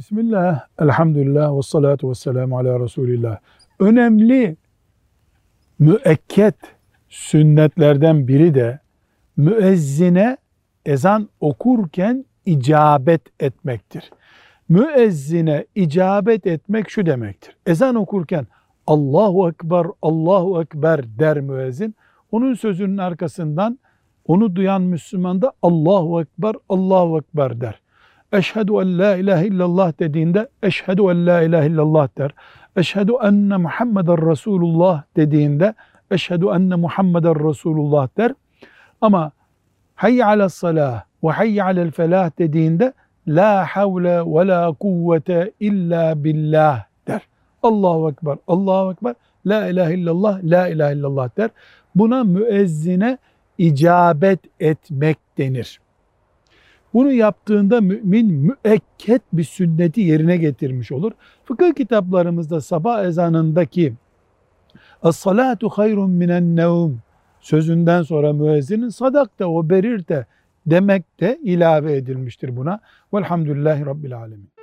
Bismillah, elhamdülillah ve salatu ve selamu ala Resulillah. Önemli müekket sünnetlerden biri de müezzine ezan okurken icabet etmektir. Müezzine icabet etmek şu demektir. Ezan okurken Allahu Ekber, Allahu Ekber der müezzin. Onun sözünün arkasından onu duyan Müslüman da Allahu Ekber, Allahu Ekber der. Eşhedü en la ilahe illallah dediğinde eşhedü en la ilahe illallah der. Eşhedü enne Muhammeden Resulullah dediğinde eşhedü enne Muhammeden Resulullah der. Ama hayy alas salah ve hayy alel felah dediğinde la havle ve la kuvvete illa billah der. Allahu Ekber, Allahu Ekber, la ilahe illallah, la ilahe illallah der. Buna müezzine icabet etmek denir. Bunu yaptığında mümin müekket bir sünneti yerine getirmiş olur. Fıkıh kitaplarımızda sabah ezanındaki "Es-salatu hayrun minen nevm" sözünden sonra müezzinin sadakte o berirte demek de ilave edilmiştir buna. Velhamdülillahi Rabbil alemin.